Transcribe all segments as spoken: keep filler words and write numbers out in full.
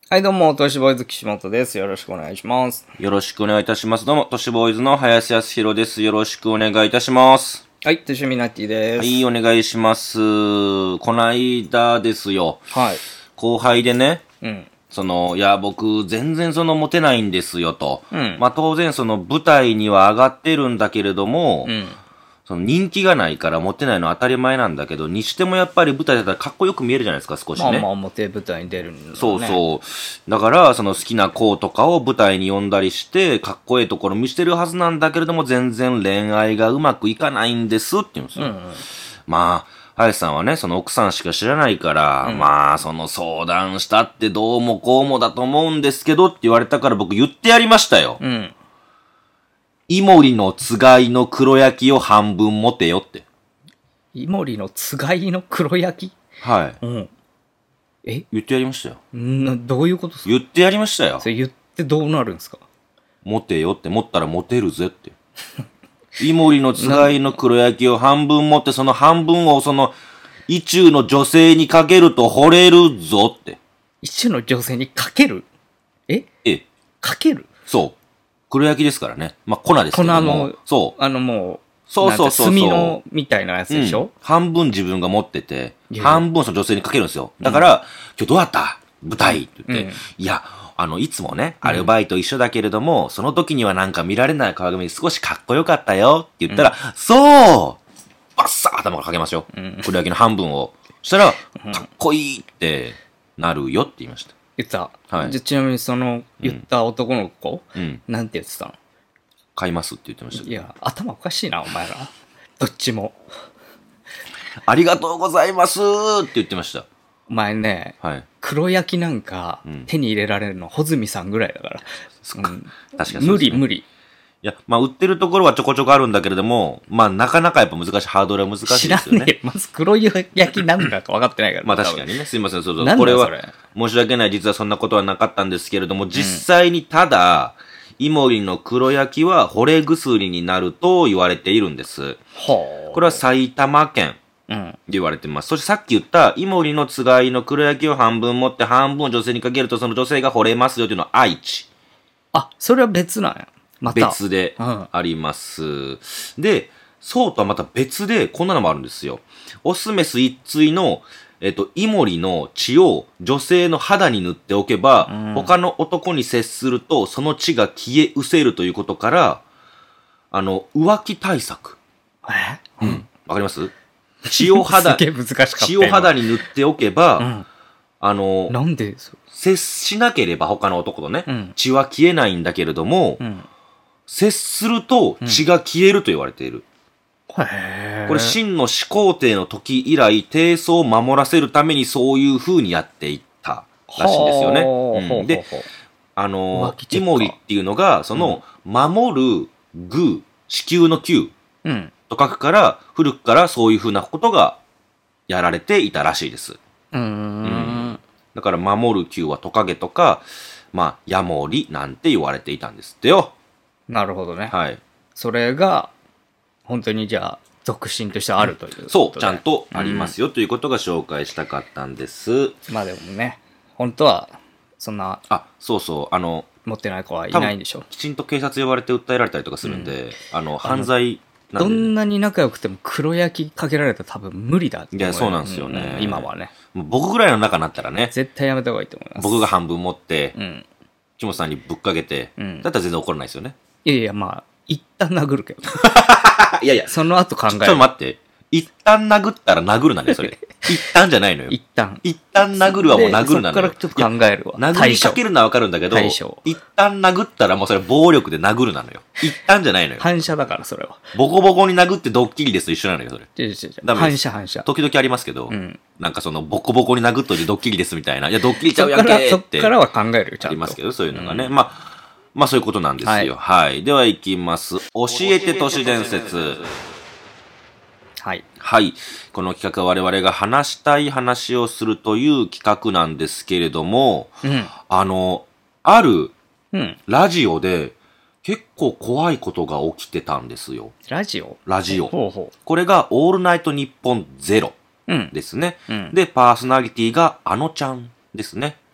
はい、どうも、都市ボーイズ岸本です。よろしくお願いします。 よろしくお願いいたします。どうも、都市ボーイズの林康弘です。よろしくお願いいたします。 はい、都市ミナティです。 はい、お願いします。こないだですよ。 はい。 後輩でね、 うん。 その、いや、僕、全然その、モテないんですよ、と。 うん。 まあ、当然、その、舞台には上がってるんだけれども、 うん。 その人気がないからモテないのは当たり前なんだけど、にしてもやっぱり舞台だったらかっこよく見えるじゃないですか、少しね。 まあまあ、表舞台に出るんだね。 そうそう。だから、その好きな子とかを舞台に呼んだりして、かっこいいところ見せてるはずなんだけれども、全然恋愛がうまくいかないんですって言うんですよ。 うんうん。 まあ、林さんはね、その奥さんしか知らないから、 うんまあ、その相談したってどうもこうもだと思うんですけどって言われたから僕言ってやりましたよ。 うん。 イモリのつがいの黒焼きを半分持てよって。 イモリのつがいの黒焼き。 はい。 うん。え言ってやりましたよ。 んどういうことですか？ 言ってやりましたよそ。れ言ってどうなるんですか？ 持てよって、持ったら持てるぜって。イモリのつがいの黒焼きを半分持って、その半分をその、意中の女性にかけると惚れるぞって。 一種の女性にかける？えええ。 かける？ そう。黒焼きですからね。まあ、粉ですけども。 粉の、 そう。 あのもう、 そうそうそうそう。 炭のみたいなやつでしょ、 うん、半分自分が持ってて、 いやいや半分その女性にかけるんですよ。だから、うん、今日どうやった舞台って言って、 うん、 いや、あの、いつもね、アルバイト一緒だけれども、うん、その時にはなんか見られない鏡で少しかっこよかったよって言ったら、うん、そうバッサー頭がかけますよ。うん、黒焼きの半分を。そしたら、かっこいいってなるよって言いました。 言った。 はい。 じゃちなみにその言った男の子、 うん、 なんて言ってたの？ 買いますって言ってました。 いや、頭おかしいな、お前ら。どっちも。 ありがとうございますって言ってました。 お前ね、 はい、 黒焼きなんか手に入れられるの、穂積さんぐらいだから。 そっか、うん、確かにそうですね。無理無理。いや、まあ、売ってるところはちょこちょこあるんだけれども、まあ、なかなかやっぱ難しい、ハードルは難しいですよね。 知らねえ。まず黒焼きなんだか分かってないから。 まあ確かにね。すいません、そうそう。 ここれは、申し訳ない、実はそんなことはなかったんですけれども、実際にただ、イモリの黒焼きは惚れ薬になると言われているんです。 ほう。 これは埼玉県で言われてます。そしてさっき言った、イモリのつがいの黒焼きを半分持って半分女性にかけるとその女性が惚れますよというのは愛知。 あ、それは別なんや。また別であります。うん、で、そうとはまた別で、こんなのもあるんですよ。オスメス一対の、えっと、イモリの血を女性の肌に塗っておけば、うん、他の男に接すると、その血が消え失せるということから、あの、浮気対策。 えうん。わかります血を肌、血を肌に塗っておけば、うん、あの、 なんで接しなければ他の男とね、 うん、 血は消えないんだけれども、うん、接すると血が消えると言われている。 うん、へー。 これ秦の始皇帝の時以来、帝宗を守らせるためにそういう風にやっていったらしいんですよね。うん、で、あの、イモリっていうのが、その、うん、守る宮、子宮の宮と書くから、古くからそういう風なことがやられていたらしいです。 うーん。うん、 だから、守る宮はトカゲとか、まあ、ヤモリなんて言われていたんですってよ。 なるほどね。 はい。 それが、本当にじゃあ、属性としてあるということで、 そう、ちゃんとありますよ、うん、ということが紹介したかったんです。 まあでもね、本当は、そんな、 あ、そうそう、あの、 持ってない子はいないんでしょ。 きちんと警察呼ばれて訴えられたりとかするんで、うん、あの、犯罪なんで、ね、どんなに仲良くても黒焼きかけられたら多分無理だっていや、そうなんですよね。 うん、今はね。 もう僕ぐらいの仲になったらね。 絶対やめた方がいいと思います。 僕が半分持って、 うん。 木本さんにぶっかけて、うん、だったら全然怒らないですよね。 いやいや、まあ、一旦殴るけど。 いやいや。 その後考える。 ちょっと待って。一旦殴ったら殴るなんだよ、それ。一旦じゃないのよ。 一旦。 一旦殴るはもう殴るなんだよ。 そっからちょっと考えるわ。 殴りかけるのはわかるんだけど、一旦殴ったらもうそれ暴力で殴るなのよ。一旦じゃないのよ。 反射だから、それは。 ボコボコに殴ってドッキリですと一緒なのよ、それ。 違う違う違う。反射反射。 時々ありますけど、うん、なんかそのボコボコに殴っといてドッキリですみたいな。いや、ドッキリちゃうやんけって。 そっからは考えるよ、ちゃんと。 ありますけど、そういうのがね。うん、まあ、まあそういうことなんですよ。はい。はい、では行きます。教えて都市伝説。 はい。 はい。この企画は我々が話したい話をするという企画なんですけれども、うん、あの、あるラジオで結構怖いことが起きてたんですよ。 ラジオラジオ。 ほうほう。 これがオールナイトニッポンゼロですね。うんうん、で、パーソナリティがあのちゃんですね。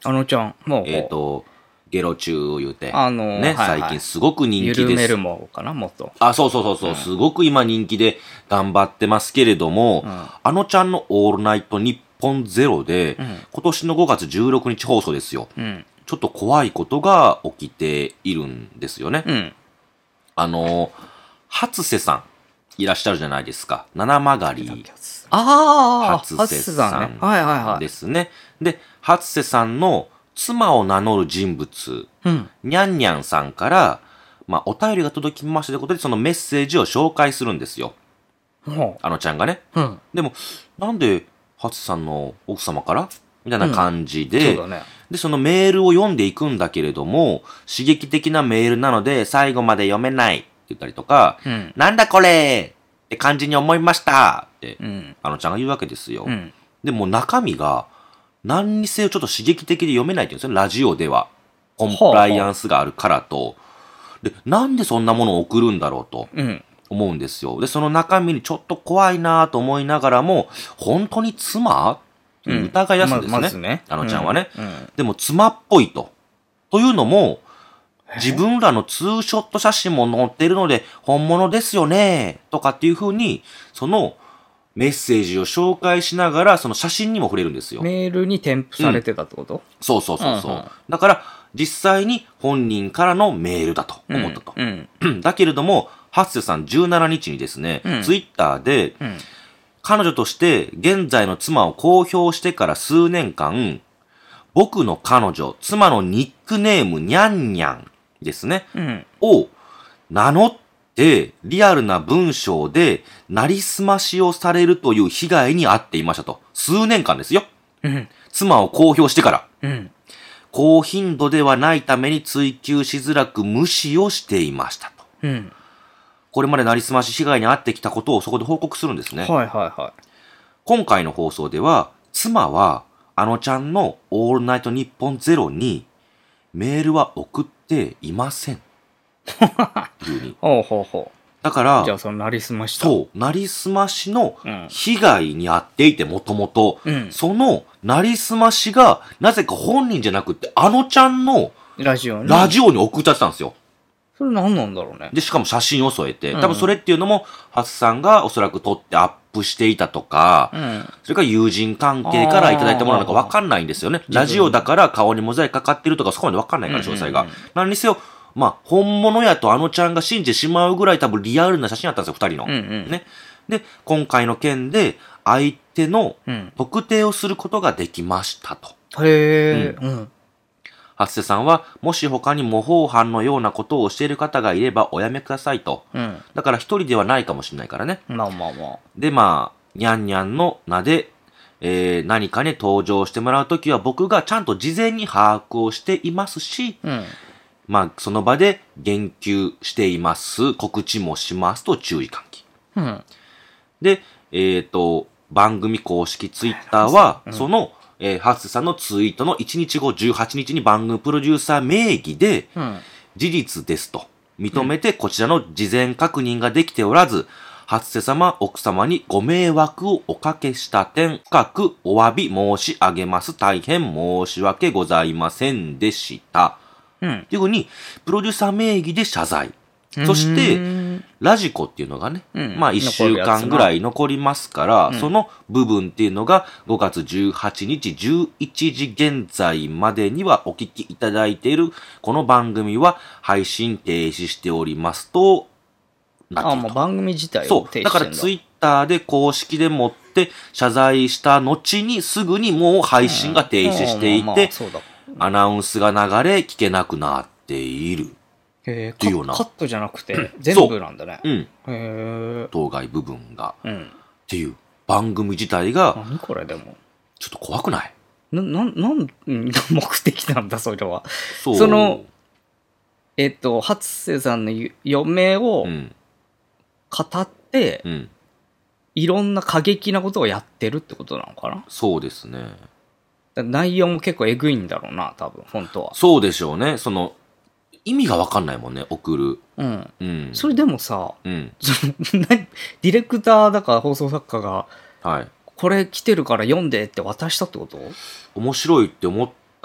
あのちゃん。もう。 えっ、と、ゲロチュー言うて。 あのー、 ね、 はいはい、 最近すごく人気です。 ゆるめるもかな、もっと。 あ、そうそうそうそう、うん、すごく今人気で頑張ってますけれども、うん、あのちゃんのオールナイトニッポンゼロで、うん、今年のごがつじゅうろくにち放送ですよ。うん、ちょっと怖いことが起きているんですよね。うん、あの、初瀬さんいらっしゃるじゃないですか。七曲り。 ああ、 初瀬さんはいはいはい。 ですね。で、初瀬さんの妻を名乗る人物、うん、にゃんにゃんさんから、まあ、お便りが届きましたということで、そのメッセージを紹介するんですよ。うん、あのちゃんがね。うん、でも、なんで、初瀬さんの奥様からみたいな感じで、うんそうだね、で、そのメールを読んでいくんだけれども、刺激的なメールなので、最後まで読めないって言ったりとか、うん、なんだこれって感じに思いましたって、うん、あのちゃんが言うわけですよ。うん、でも中身が、何にせよちょっと刺激的で読めないって言うんですよ、ラジオでは。コンプライアンスがあるからと。で、なんでそんなものを送るんだろうと思うんですよ。で、その中身にちょっと怖いなと思いながらも、本当に妻って疑い出すんですね。うんままずねあのちゃんはね、うんうん。でも妻っぽいと。というのも、自分らのツーショット写真も載ってるので、本物ですよねとかっていう風に、その、メッセージを紹介しながら、その写真にも触れるんですよ。 メールに添付されてたってこと、うん、 そうそうそうそう、うんうん。だから、実際に本人からのメールだと思ったと。うんうん、だけれども、初瀬さんじゅうしちにちにですね、うん、ツイッターで、うん、彼女として現在の妻を公表してから数年間、僕の彼女、妻のニックネームにゃんにゃんですね、うん、を名乗って、で、リアルな文章で、なりすましをされるという被害に遭っていましたと。数年間ですよ。うん、妻を公表してから、うん。高頻度ではないために追求しづらく無視をしていましたと。うん、これまでなりすまし被害に遭ってきたことをそこで報告するんですね。 はいはいはい。 今回の放送では、妻は、あのちゃんのオールナイトニッポンゼロに、メールは送っていません。 ほうほうほう。 だから、 じゃあそのなりすましそう、なりすましの被害に遭っていてもともと、そのなりすましが、なぜか本人じゃなくて、あのちゃんのラジオにラジオに送っちゃってたんですよ。 それ何なんだろうね。 で、しかも写真を添えて、多分それっていうのも、ハツさんがおそらく撮ってアップしていたとか、うん、それから友人関係からいただいたものなのか分かんないんですよね。ラジオだから顔にモザイクかかってるとかそこまで分かんないから、詳細が。何にせよ、まあ、本物やとあのちゃんが信じてしまうぐらい多分リアルな写真あったんですよ、二人の。うんうん、ね。で、今回の件で相手の特定をすることができましたと。 うん、へー。うん。 初瀬さんは、もし他に模倣犯のようなことをしている方がいればおやめくださいと。うん、だから一人ではないかもしれないからね。 まあまあまあ。 で、まあ、にゃんにゃんの名で、えー、何かに登場してもらうときは僕がちゃんと事前に把握をしていますし、うんまあ、その場で言及しています。告知もしますと注意喚起。うん、で、えっ、ー、と、番組公式ツイッターは、うん、その、えー、ハッスさんのツイートのいちにちごじゅうはちにちに番組プロデューサー名義で、うん、事実ですと認めてこちらの事前確認ができておらず、初瀬様、奥様にご迷惑をおかけした点、深くお詫び申し上げます。大変申し訳ございませんでした。うん、っていうふうに、プロデューサー名義で謝罪。そして、ラジコっていうのがね、うん、まあいっしゅうかんぐらい残りますから、うん、その部分っていうのがごがつじゅうはちにちじゅういちじ現在までにはお聞きいただいている、この番組は配信停止しておりますと、 なっていると。あ、もう番組自体を停止してるんだ。そう。だからツイッターで公式でもって謝罪した後にすぐにもう配信が停止していて、アナウンスが流れ聞けなくなっている。 へっていうような。カットじゃなくて、全部なんだね。 うん。へ当該部分が。うん。っていう番組自体が。 何これでも。 ちょっと怖くない？ な、な、なんが目的なんだ、それは。そう。その、えっと、初瀬さんの嫁を語って、うん。いろんな過激なことをやってるってことなのかな？ そうですね。 内容も結構えぐいんだろうな、多分、本当は。 そうでしょうね。その、意味がわかんないもんね、送る。 うん。うん。それでもさ、うん、ディレクターだか放送作家が、はい。これ来てるから読んでって渡したってこと？ 面白いって思った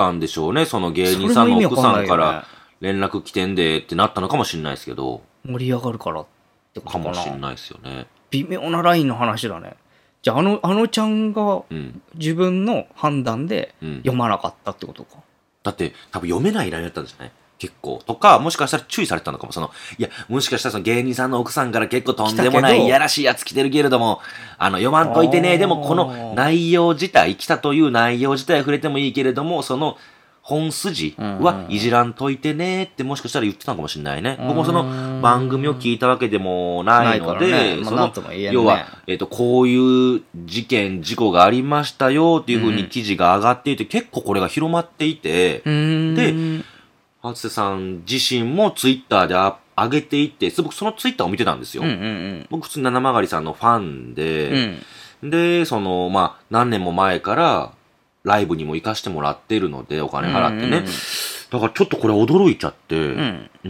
ったんでしょうね。その芸人さんの奥さんから連絡来てんでってなったのかもしれないですけど。 盛り上がるからってことかな。 かもしれないですよね。 微妙なラインの話だね。じゃあ、あの、あのちゃんが自分の判断で読まなかったってことか。うんうん、 だって、多分読めないラインだったんですね。結構。とか、もしかしたら注意されてたのかも。その、いや、もしかしたらその芸人さんの奥さんから結構とんでもないいやらしいやつ来てるけれども、あの、読まんといてね。でも、この内容自体、来たという内容自体触れてもいいけれども、その、本筋はいじらんといてねってもしかしたら言ってたのかもしれないね。僕もその番組を聞いたわけでもないので、その、要は、えっと、こういう事件、事故がありましたよっていうふうに記事が上がっていて、結構これが広まっていて、で、初瀬さん自身もツイッターで上げていって、僕そのツイッターを見てたんですよ。僕普通に七曲さんのファンで、で、その、まあ、何年も前から、ライブにも行かしてもらってるので、お金払ってね。うんうんうん、だからちょっとこれ驚いちゃって、うん、うん、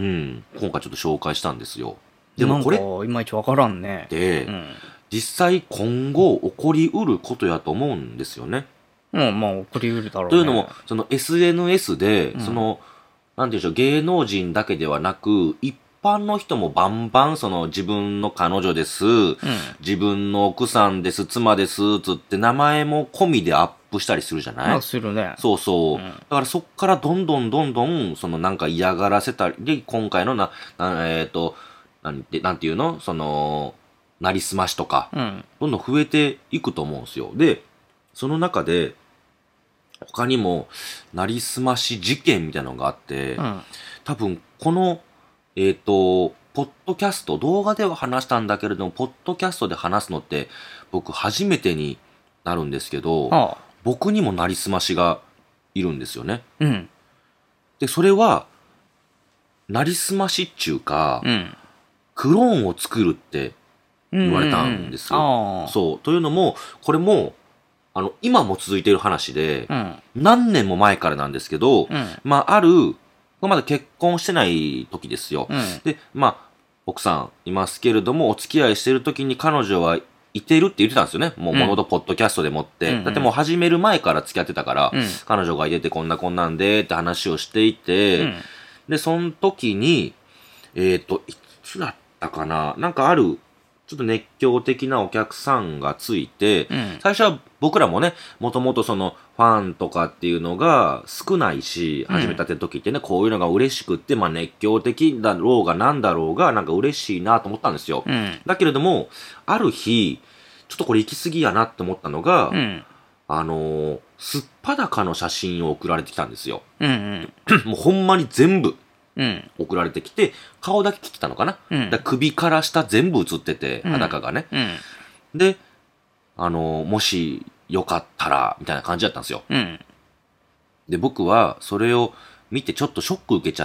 今回ちょっと紹介したんですよ。 でもこれ、いまいちわからんね。 で、うん、実際今後起こりうることやと思うんですよね。 うん、まあ起こりうるだろうね。 というのも、その エスエヌエス で、うん、その、なんていうんでしょう、芸能人だけではなく、一般の人もバンバンその自分の彼女です、うん、自分の奥さんです、妻です、つって名前も込みでアップしたりするじゃない？ あ、するね。 そうそう。うん、だからそっからどんどんどんどん、そのなんか嫌がらせたり、で、今回のな、なえっ、ー、と、なんて、なんていうのその、なりすましとか、うん、どんどん増えていくと思うんですよ。で、その中で、他にも、なりすまし事件みたいなのがあって、うん、多分、この、えっ、ー、と、ポッドキャスト、動画では話したんだけれども、ポッドキャストで話すのって、僕初めてになるんですけど、ああ、僕にもなりすましがいるんですよね。うん。で、それは、なりすましっちゅうか、うん、クローンを作るって言われたんですよ。うんうん、そう。というのも、これも、あの、今も続いている話で、うん、何年も前からなんですけど、うん、まあ、ある、まだ結婚してない時ですよ。うん、で、まあ、奥さんいますけれども、お付き合いしてる時に彼女はいてるって言ってたんですよね。もう、ものとポッドキャストでもって。うん、だってもう始める前から付き合ってたから、うん、彼女がいててこんなこんなんでって話をしていて、うん、で、その時に、えっと、いつだったかな、なんかある、ちょっと熱狂的なお客さんがついて、うん、最初は僕らもね、もともとそのファンとかっていうのが少ないし、始めたて時ってね、うん、こういうのが嬉しくって、まあ熱狂的だろうがなんだろうが、なんか嬉しいなと思ったんですよ。うん、だけれども、ある日、ちょっとこれ行き過ぎやなって思ったのが、うん、あのー、すっぱだかの写真を送られてきたんですよ。うんうん、もうほんまに全部。うん、送られてきて、顔だけ切ってたのかな、うん、だから首から下全部映ってて、裸がね。うん、で、あの、もしよかったら、みたいな感じだったんですよ。うん、で、僕はそれを見てちょっとショック受けちゃって、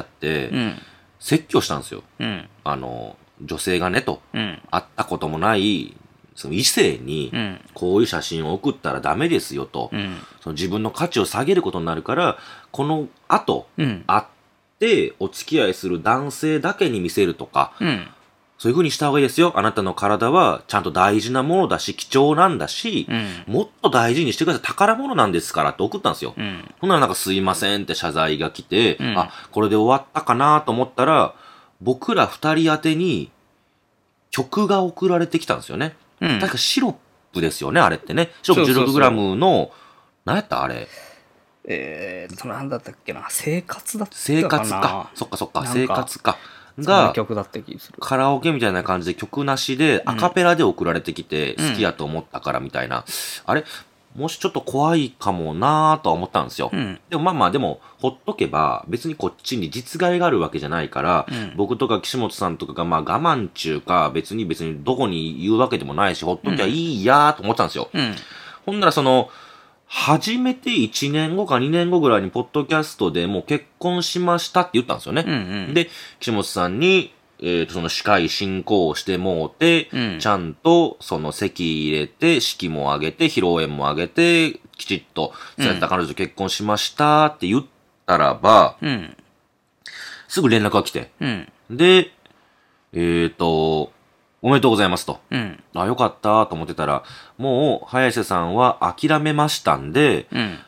うん、説教したんですよ。うん、あの、女性がねと、うん、会ったこともない、その異性に、こういう写真を送ったらダメですよと、うん、その自分の価値を下げることになるから、この後、うん、会って、で、お付き合いする男性だけに見せるとか、うん、そういう風にした方がいいですよ。あなたの体はちゃんと大事なものだし、貴重なんだし、うん、もっと大事にしてください。宝物なんですからって送ったんですよ。うん、ほんならなんかすいませんって謝罪が来て、うん、あ、これで終わったかなと思ったら、僕ら二人宛てに曲が送られてきたんですよね。うん、確かシロップですよね、あれってね。シロップ じゅうろくグラム の、何やったあれ。 えーと、なんだったっけな、生活だったかな。 生活か。そっかそっか、生活か。が、 曲だった気する。 カラオケみたいな感じで曲なしで、アカペラで送られてきて、好きやと思ったからみたいな。うん、あれもしちょっと怖いかもなぁとは思ったんですよ。うん、でもまあまあ、でも、ほっとけば、別にこっちに実害があるわけじゃないから、うん、僕とか岸本さんとかがまあ我慢中か、別に別にどこに言うわけでもないし、ほっときゃいいやーと思ってたんですよ。うん、ほんならその、初めていちねんごかにねんごぐらいにポッドキャストでもう結婚しましたって言ったんですよね。うんうん、で、岸本さんに、えーと、その司会進行をしてもうて、うん、ちゃんとその席入れて、式も挙げて、披露宴も挙げて、きちっと、そうやった彼女と結婚しましたって言ったらば、うん、すぐ連絡が来て、うん、で、えーと、おめでとうございますと。うん、あ、よかったと思ってたら、もう、早瀬さんは諦めましたんで、うん、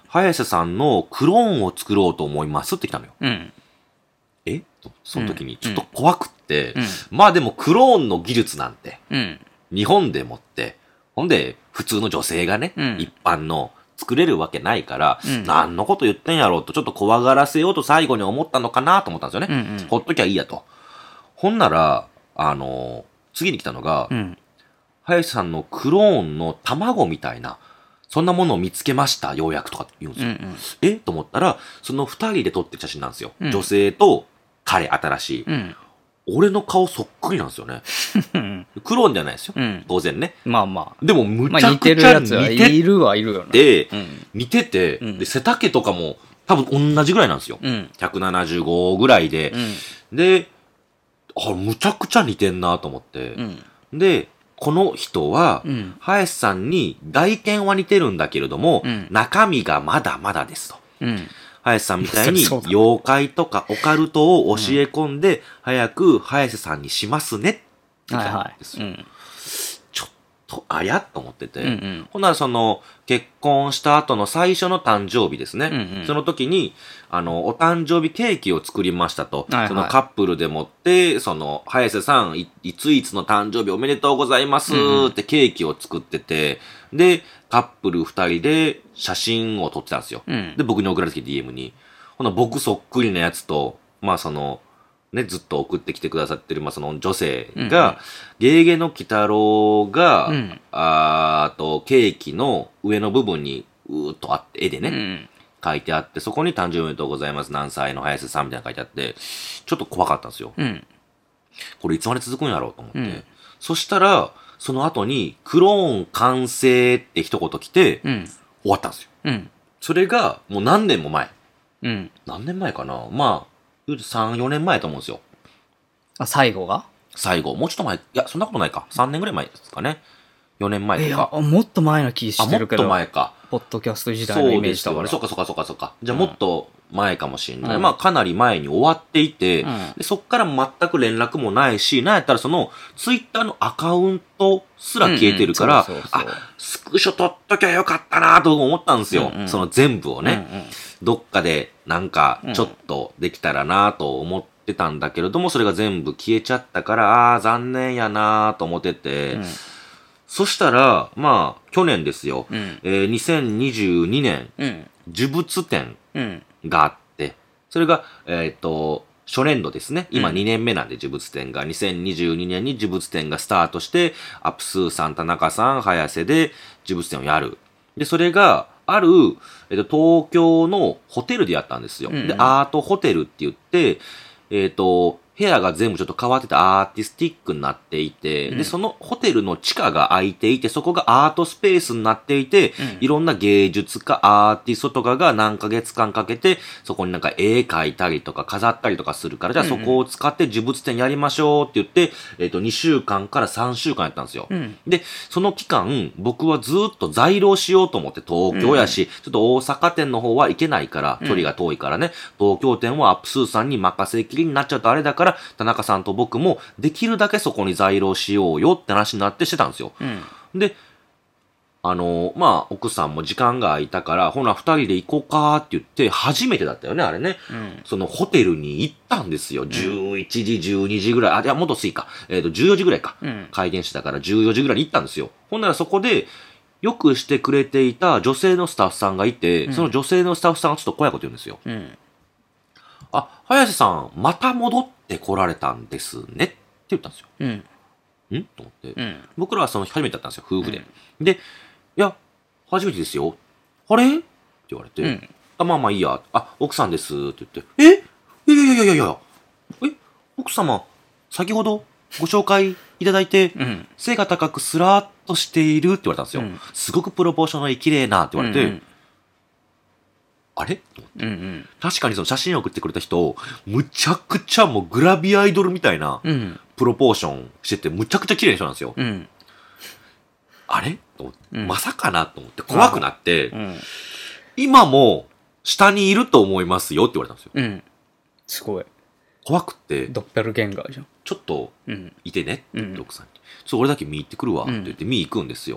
早瀬さんのクローンを作ろうと思いますって来たのよ。 うん。 えと、その時にちょっと怖くって、 うん、 まあでもクローンの技術なんて、 うん、 日本でもって、ほんで普通の女性がね、うん、一般の作れるわけないから、うん、何のこと言ってんやろうとちょっと怖がらせようと最後に思ったのかなと思ったんですよね。うんうん、ほっときゃいいやと。ほんなら、あのー、次に来たのが、うん、林さんのクローンの卵みたいな、そんなものを見つけました、ようやくとか言うんですよ。うんうん、えと思ったら、その二人で撮ってる写真なんですよ。うん、女性と彼、新しい。うん、俺の顔そっくりなんですよね。クローンじゃないですよ。うん、当然ね。 まあまあ。 でも、むちゃくちゃ似てて、 いるはいるよね。 で、うん、似てて、うん、で、背丈とかも多分同じぐらいなんですよ。うん、ひゃくななじゅうごぐらいで。うん、で、あ、むちゃくちゃ似てんなと思って。うん、で、この人は、うん、林さんに外見は似てるんだけれども、うん、中身がまだまだですと。うん、林さんみたいに妖怪とかオカルトを教え込んで、うん、早く林さんにしますねって言ったんですよ。はいはい、うん、ちょっとあやと思ってて、うんうん、ほんならその結婚した後の最初の誕生日ですね。うんうん、その時に、あの、お誕生日ケーキを作りましたと。はいはい、そのカップルでもって、その、早瀬さんい、いついつの誕生日おめでとうございますってケーキを作ってて、うんうん、で、カップル二人で写真を撮ってたんですよ。うん、で、僕に送られてきて ディーエム に。ほな、僕そっくりなやつと、まあその、ね、ずっと送ってきてくださってる、まあその女性が、うんうん、ゲーゲの鬼太郎が、うん、あと、ケーキの上の部分に、うーっとあって、絵でね、うん、書いてあって、そこに誕生日おめでとうございます、何歳の早瀬さんみたいなの書いてあって、ちょっと怖かったんですよ。うん、これいつまで続くんやろうと思って。うん、そしたら、その後に、クローン完成って一言来て、うん、終わったんですよ。うん、それが、もう何年も前。うん、何年前かな、まあ、さん、よねんまえと思うんですよ。 あ、最後が最後。もうちょっと前。いや、そんなことないか。さんねんぐらい前ですかね。よねんまえとか。 いや、もっと前の気してるけど。 あ、もっと前か。 ポッドキャスト時代のイメージだから。 そうかそうかそうかそうか。じゃあもっと前かもしれない。うん、まあかなり前に終わっていて、うん、でそっから全く連絡もないし、なんやったらそのツイッターのアカウントすら消えてるから、あ、スクショ撮っときゃよかったなと思ったんですよ。うんうん、その全部をね、うんうん。どっかでなんかちょっとできたらなと思ってたんだけれども、それが全部消えちゃったから、ああ、残念やなと思ってて、うん、そしたら、まあ、去年ですよ。うん、えー、にせんにじゅうにねん、うん、呪物展があって、それが、えっと、初年度ですね。今にねんめなんで、呪物展が。にせんにじゅうにねんに呪物展がスタートして、アップスーさん、田中さん、早瀬で呪物展をやる。で、それが、ある、えっと、東京のホテルでやったんですよ。うんうん、で、アートホテルって言って、えっと、部屋が全部ちょっと変わってたアーティスティックになっていて、うん、で、そのホテルの地下が空いていて、そこがアートスペースになっていて、うん、いろんな芸術家、アーティストとかが何ヶ月間かけて、そこになんか絵描いたりとか飾ったりとかするから、じゃあそこを使って呪物展やりましょうって言って、えっと、にしゅうかんからさんしゅうかんやったんですよ。うん、で、その期間、僕はずっと在廊しようと思って、東京やし、うん、ちょっと大阪店の方は行けないから、距離が遠いからね、東京店はアップスーさんに任せきりになっちゃうとあれだから、田中さんと僕もできるだけそこに在廊しようよって話になってしてたんですよ。うん、で、あのー、まあ、奥さんも時間が空いたから、ほな、二人で行こうかって言って、初めてだったよね、あれね。うん、そのホテルに行ったんですよ。じゅういちじ、じゅうにじぐらい。あ、いや、もっと過ぎか。えっと、じゅうよじぐらいか。うん、開店してたからじゅうよじぐらいに行ったんですよ。ほんならそこで、よくしてくれていた女性のスタッフさんがいて、うん、その女性のスタッフさんがちょっと怖いこと言うんですよ。うん、あ、早瀬さん、また戻って来られたんですねって言ったんですよ。うん。んと思って、うん。僕らはその日初めてだったんですよ、夫婦で。うん、で、いや、初めてですよ。あれって言われて、うん、あ、まあまあいいや。あ、奥さんですって言って、えいやいやいやいやいや、え奥様、先ほどご紹介いただいて、うん、背が高くスラーっとしているって言われたんですよ。うん、すごくプロポーションのいい綺麗なって言われて、うんうん、あれと思って、うんうん、確かにその写真を送ってくれた人、むちゃくちゃもうグラビアアイドルみたいなプロポーションしてて、むちゃくちゃ綺麗な人なんですよ。うん、あれと思って、うん、まさかなと思って怖くなって、うん、今も下にいると思いますよって言われたんですよ。うん、 すごい。 怖くって、 ドッペルゲンガーじゃん。 ちょっといてねって言って奥さんに、ちょっと俺だけ見行ってくるわって言って見行くんですよ。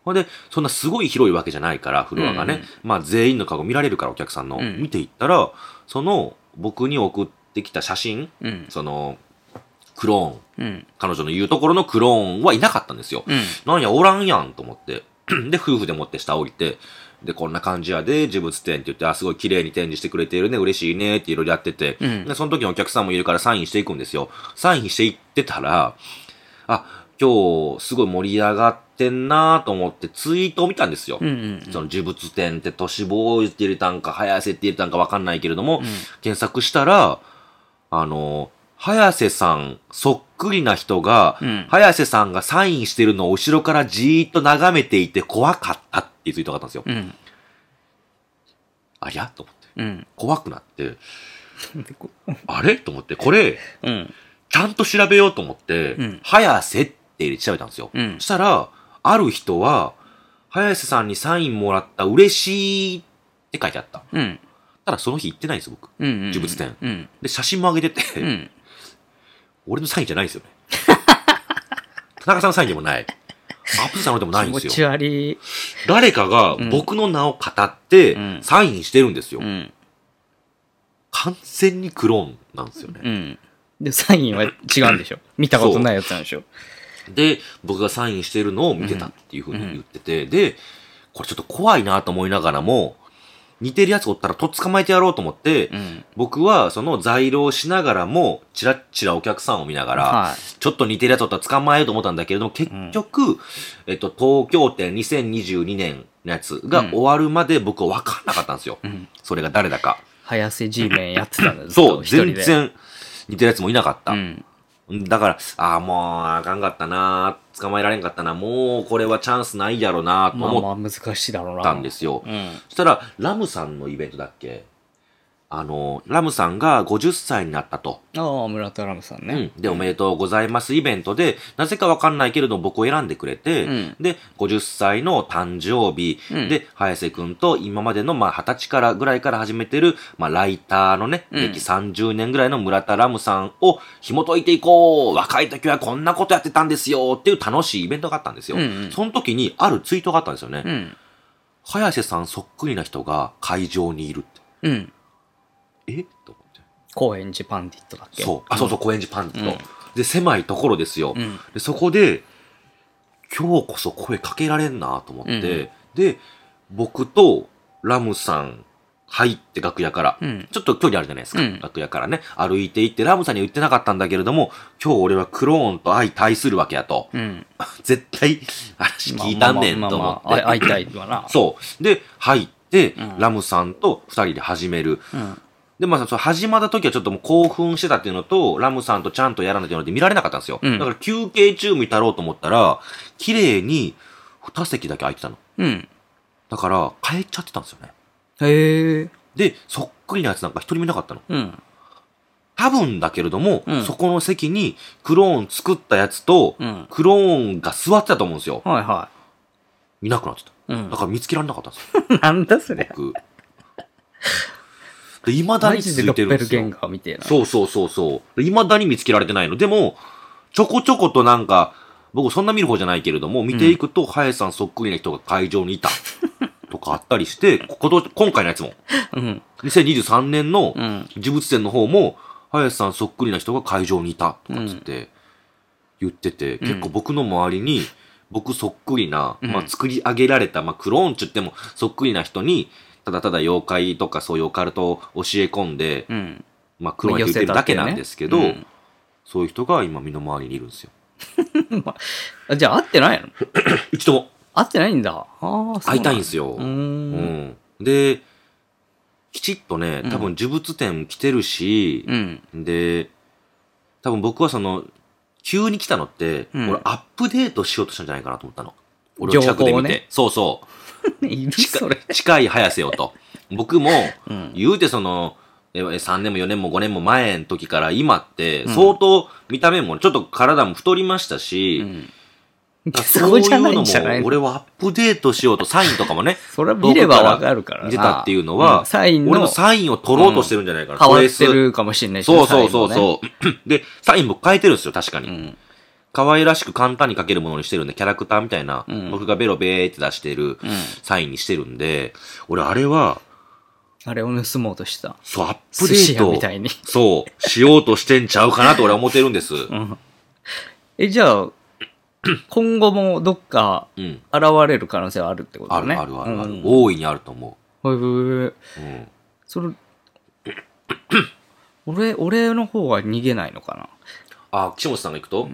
ほんで、そんなすごい広いわけじゃないから、フロアがね。うんうん、まあ全員の顔見られるから、お客さんの。うん、見ていったら、その、僕に送ってきた写真、うん、その、クローン、うん、彼女の言うところのクローンはいなかったんですよ。うん、なんや、おらんやんと思って。で、夫婦でもって下降りて、で、こんな感じやで、呪物展って言って、あ、すごい綺麗に展示してくれているね、嬉しいねっていろいろやってて、うん、で、その時のお客さんもいるからサインしていくんですよ。サインしていってたら、あ、今日すごい盛り上がってんなと思ってツイートを見たんですよ。うんうんうん、その呪物展って都市ボーイって入れたんか、早瀬って入れたんかわかんないけれども、うん、検索したら、あの、早瀬さんそっくりな人が、うん、早瀬さんがサインしてるのを後ろからじーっと眺めていて怖かったっていうツイートがあったんですよ。うん、ありゃと思って、うん。怖くなって、あれと思って、これ、うん、ちゃんと調べようと思って、うん、早瀬って入れて調べたんですよ。うん、そしたら、ある人は、早瀬さんにサインもらった嬉しいって書いてあった。うん、ただその日行ってないんですよ、僕。うんうんうん、呪物展、うん。で、写真も上げてて、うん、俺のサインじゃないんですよね。田中さんのサインでもない。アップさんのでもないんですよ。 気持ち悪い。 誰かが僕の名を語ってサインしてるんですよ。うんうん、完全にクローンなんですよね。うん、 で、サインは違うんでしょ。見たことないやつなんでしょ。 で、僕がサインしてるのを見てたっていうふうに言ってて、うん、で、これちょっと怖いなと思いながらも、似てるやつおったらとっ捕まえてやろうと思って、うん、僕はその在廊しながらも、チラッチラお客さんを見ながら、はい、ちょっと似てるやつおったら捕まえようと思ったんだけれども、結局、うん、えっと、東京展にせんにじゅうにねんのやつが終わるまで僕は分かんなかったんですよ。うん、それが誰だか。 早瀬 G メンやってたんだそう、全然似てるやつもいなかった。うん、だから、ああ、もう、あかんかったな、捕まえられんかったな、もう、これはチャンスないやろな、と思ったんですよ。まあまあ難しいだろうな。うん、 そしたら、ラムさんのイベントだっけ、あの、ラムさんがごじゅっさいになったと。 ああ、村田ラムさんね。 うん。で、おめでとうございますイベントで、なぜかわかんないけれど僕を選んでくれて、うん、で、ごじゅっさいの誕生日、うん、で、早瀬くんと今までの、まあ、はたちからぐらいから始めてる、まあ、ライターのね、歴さんじゅうねんぐらいの村田ラムさんを紐解いていこう、若い時はこんなことやってたんですよっていう楽しいイベントがあったんですよ。うんうん、その時にあるツイートがあったんですよね。うん、早瀬さんそっくりな人が会場にいるって。うん、えと思って。 高円寺パンディットだっけ。 そう。あ、そうそう、高円寺パンディット。うん、で、狭いところですよ。うん、で、そこで、今日こそ声かけられんなと思って、うん、で、僕とラムさん入って楽屋から、うん、ちょっと距離あるじゃないですか。うん、楽屋からね、歩いて行って、ラムさんには言ってなかったんだけれども、今日俺はクローンと相対するわけやと。うん、絶対話聞いたんねんと思って。 会いたいわな。 そう。で、入って、うん、ラムさんと二人で始める。うんで、まあ、そ始まった時はちょっともう興奮してたっていうのと、ラムさんとちゃんとやらないというので見られなかったんですよ。うん、だから休憩中見たろうと思ったら、綺麗に二席だけ空いてたの。うん。だから、帰っちゃってたんですよね。へえ。で、そっくりなやつなんか一人もいなかったの。うん。多分だけれども、うん、そこの席にクローン作ったやつと、うん、クローンが座ってたと思うんですよ。はいはい。いなくなってた。うん。だから見つけられなかったんですよ。 なんだそれ。 僕。で、未だに続いてるんですよ。 みたいな。 そうそうそうそう。未だに見つけられてないの。でも、ちょこちょことなんか、僕そんな見る方じゃないけれども、見ていくと、ハエさんそっくりな人が会場にいた。とかあったりして、こと、今回のやつも。うん、にせんにじゅうさんねんの呪物展の方も、ハエさんそっくりな人が会場にいた。とかつって言ってて、うん、結構僕の周りに、僕そっくりな、まあ作り上げられた、まあクローンって言ってもそっくりな人に、ただただ妖怪とかそういうオカルトを教え込んで、うん、まあクローンって言ってるだけなんですけど、ねうん、そういう人が今身の回りにいるんですよ。 じゃあ会ってないの？ 一度も。 会ってないんだ。あ会いたいんですよ。うん、で、きちっとね、多分呪物展来てるし、うん、で、多分僕はその、急に来たのって、うん、俺アップデートしようとしたんじゃないかなと思ったの。俺を近くで見て。ね、そうそう。 いるそれ近い早瀬よと。僕も、うん、言うてその、さんねんもよねんもごねんも前の時から今って、相当見た目もちょっと体も太りましたし、うん、そういうのも俺はアップデートしようと、サインとかもね、 それは見ればわかるからな。 見てたっていうのは、うん、 サインの俺もサインを取ろうとしてるんじゃないかな。 変わってるかもしれないし、 そうそうそうそう。で、サインも変えてるんですよ、確かに。うん可愛らしく簡単に書けるものにしてるんで、キャラクターみたいな、うん、僕がベロベーって出してるサインにしてるんで、うん、俺あれは、 あれを盗もうとした。 そう、アップデート。 みたいに。 そう、しようとしてんちゃうかなと俺は思ってるんです。うん、 え、じゃあ、今後もどっか現れる可能性はあるってことね。 うん、あるあるあるある、うん。大いにあると思う。 へえ。うん。それ、俺、俺の方は逃げないのかな。 あ、岸本さんが行くと、 うん。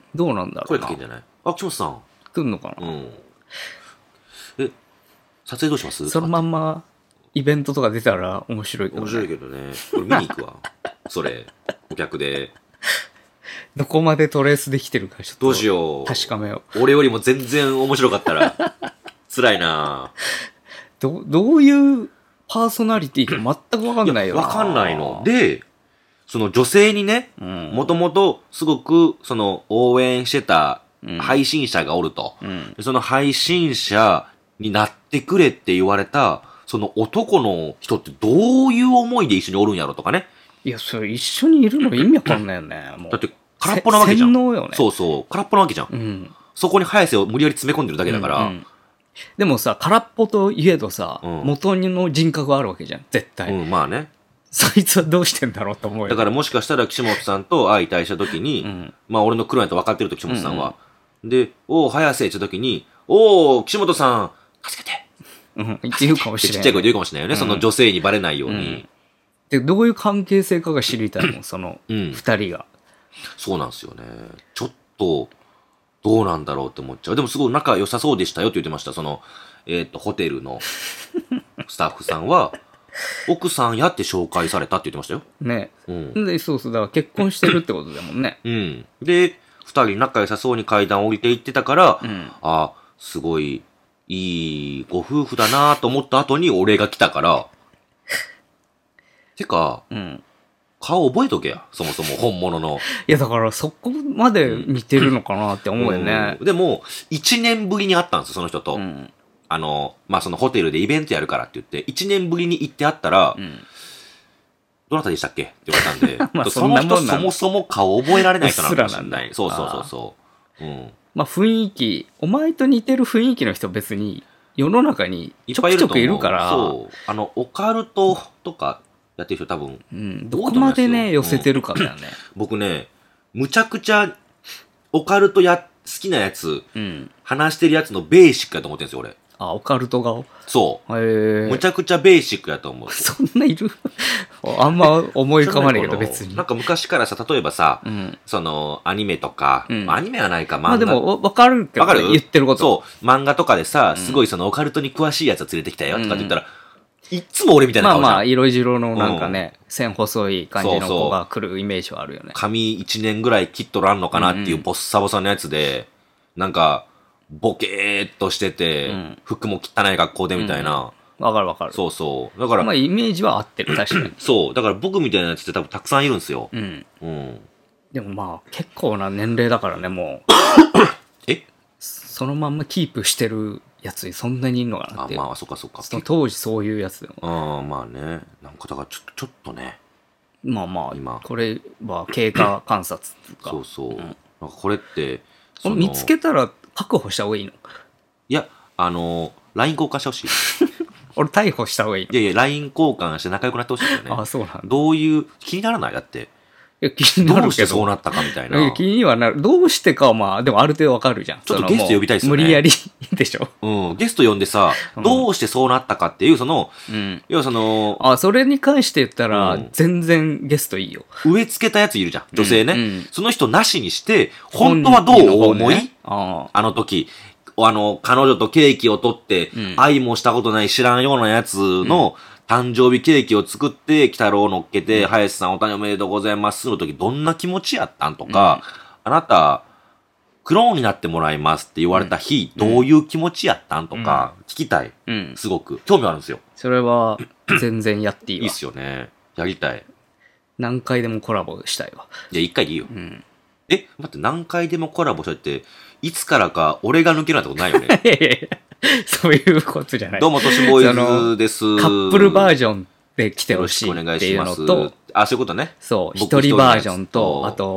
どうなんだろうな。 声かけんじゃない？あ、岸本さん。 来んのかな。 うん。え、撮影どうします？ そのまんまイベントとか出たら面白いけどね。面白いけどね。俺見に行くわ。それ、お客で。 どこまでトレースできてるかちょっと。 どうしよう。 確かめよう。俺よりも全然面白かったら。辛いなど、どういうパーソナリティか全くわかんないよな。 わかんないの。で、その女性にね、もともとすごくその応援してた配信者がおると、うん、その配信者になってくれって言われた、その男の人ってどういう思いで一緒におるんやろとかね。 いや、それ一緒にいるの意味わかんないよね。もうだって空っぽなわけじゃん。 洗脳よね。 そうそう、空っぽなわけじゃん。うん、そこに早瀬を無理やり詰め込んでるだけだから。うんうん、 でもさ、空っぽといえどさ、うん、元の人格があるわけじゃん、絶対。 うん、まあね。 そいつはどうしてんだろうと思うよ。 だからもしかしたら岸本さんと相対したときに、うん、まあ俺の黒やと分かってると岸本さんは。うんうん、で、おー、早瀬って言ったときに、おー、岸本さん、助けて。 うん、言って言うかもしれない。 ちっちゃい声で言うかもしれないよね、うん、その女性にバレないように。うん、 で、どういう関係性かが知りたいもん、その二人が、うん。 そうなんですよね。ちょっと、どうなんだろうって思っちゃう。でもすごい仲良さそうでしたよって言ってました。その、えっと、ホテルのスタッフさんは、奥さんやって紹介されたって言ってましたよ。 ね。うん。で、そうそう、だから結婚してるってことだもんね。 うん。で、二人仲良さそうに階段を降りていってたから、うん、あ、すごい、いいご夫婦だなと思った後に俺が来たから、てか、うん、顔覚えとけや、そもそも本物の。 いや、だからそこまで似てるのかなって思うよね。 うん、でも、一年ぶりに会ったんですよ、その人と。うん、あの、まあ、そのホテルでイベントやるからって言って、一年ぶりに行って会ったら、うん、どなたでしたっけって言われたんで、まあその人そもそも顔覚えられない人なのかもしれない。そうそうそうそう。うん。 まあ雰囲気、お前と似てる雰囲気の人別に世の中にちょくちょくいるから。 そう。あの、オカルトとかやってる人多分、 うん、どこまでね、寄せてるかだよね。うん、 僕ね、むちゃくちゃオカルトや、好きなやつ、うん、話してるやつのベーシックやと思ってるんですよ、俺。 あ、オカルト顔そう。へえ。むちゃくちゃベーシックやと思う。 そんないるあんま思い浮かばないけど別に。 なんか昔からさ、例えばさ、うん、その、アニメとか、うん、アニメはないか、漫画。 まあでも、わかるけど、ね、 わかる？ 言ってること。 そう。漫画とかでさ、すごいそのオカルトに詳しいやつを連れてきたよとかって言ったら、うん、いっつも俺みたいな顔じゃん。 まあまあ、色白のなんかね、うん、線細い感じの子が来るイメージはあるよね。そうそう髪いちねんぐらい切っとらんのかなっていうボッサボサのやつで、なんか、ボケーっとしてて、うん、服も汚い格好でみたいな。わ、 うん、かるわかる。 そうそう。だから。 まあイメージは合ってる、確かに。 そう。だから僕みたいなやつって多分たくさんいるんですよ。 うん。うん。でもまあ結構な年齢だからね、もう。 えそのまんまキープしてるやつにそんなにいるのかなって。 あ、まあそっかそっか。 その当時そういうやつでも。 ああ、まあね。なんかだからちょっと、ちょっとね。 まあまあ、今これは経過観察っていうか。 そうそう。うん、なんかこれって、 見つけたら確保した方がいいの？ いや、あの、ライン 交換してほしい。 俺逮捕した方がいいの？ いやいや、ライン 交換して仲良くなってほしいよね。 あ、そうなんだ。 どういう、気にならないだって。 いや、気になるけど。 どうしてそうなったかみたいな。 いや、気にはなる。どうしてかはまあ、でもある程度わかるじゃん。 ちょっとゲスト呼びたいですよね。 無理やりでしょ。 うん。ゲスト呼んでさ、うん、どうしてそうなったかっていう、その、うん、要はその、 あ、それに関して言ったら、うん、全然ゲストいいよ。 植え付けたやついるじゃん。女性ね。うんうん、その人なしにして、本当はどうお思い、ね、あ, あの時。あの、彼女とケーキを取って、うん、愛もしたことない知らんようなやつの、誕生日ケーキを作って、鬼太郎を乗っけて、うん、林さんお誕生日おめでとうございますの時、どんな気持ちやったんとか、うん、あなた、クローンになってもらいますって言われた日、うん、どういう気持ちやったんとか、聞きたい、うん。すごく。興味あるんですよ。 それは、全然やっていいわ。 いいっすよね。やりたい。 何回でもコラボしたいわ。 いや、一回でいいよ。うん、え、待って、何回でもコラボしたいって、いつからか俺が抜けるなんてことないよね。 いやいやいやそういうことじゃない。 どうも、トシボーイズです。 カップルバージョンで来てほしいっていうのと、 あ、そういうことね。 そう、一人バージョンと、あと、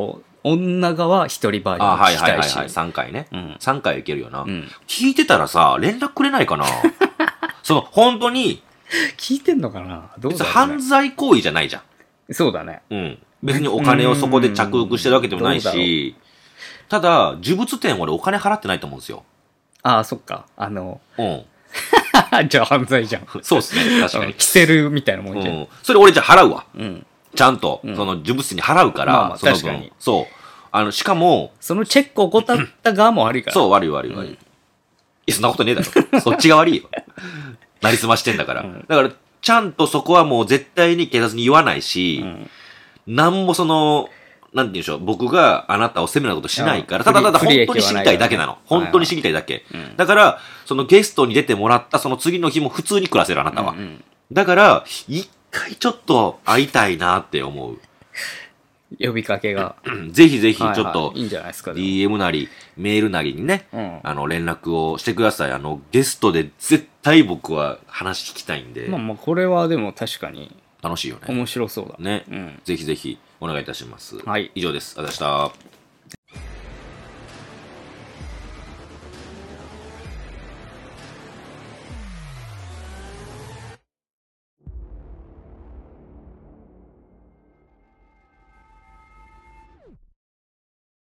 女側一人バージョンあ、 聞はいきたいし。 はいはいはい。さんかいね。 うん。 さんかいいけるよな。 うん。 聞いてたらさ、連絡くれないかなその、本当に、 聞いてんのかなどうだろう、ね、 犯罪行為じゃないじゃん。 そうだね。 うん。別にお金をそこで着服してるわけでもないし、ただ、呪物店俺お金払ってないと思うんですよ。 ああ、そっか。あの、 うん。 じゃあ犯罪じゃん。 そうですね。確かに。 着せるみたいなもんじゃん。 うん。それ俺じゃあ払うわ。 うん。 ちゃんと、 うん、 その呪物店に払うから、 まあまあその確かに。 そう。あの、しかも、 そのチェックを怠った側も悪いから。 そう、悪い悪い悪い。うん、いや、そんなことねえだろ。そっちが悪いよ。なりすましてんだから。うん、だから、ちゃんとそこはもう絶対に警察に言わないし、うん、なんもその、なんて言うんでしょう、僕があなたを責めなことしないから、ただただ本当に知りたいだけなの。本当に知りたいだけ。はいはい、だから、そのゲストに出てもらったその次の日も普通に暮らせるあなたは。うんうん、だから、一回ちょっと会いたいなって思う。 呼びかけが。 ぜひぜひちょっと、 いいんじゃないですか。 ディーエム なり、メールなりにね、うん、あの、連絡をしてください。あの、ゲストで絶対僕は話聞きたいんで。 まあまあ、これはでも確かに。 楽しいよね。 面白そうだ。 ね。うん、ぜひぜひお願いいたします。はい。以上です。ありがとうございました。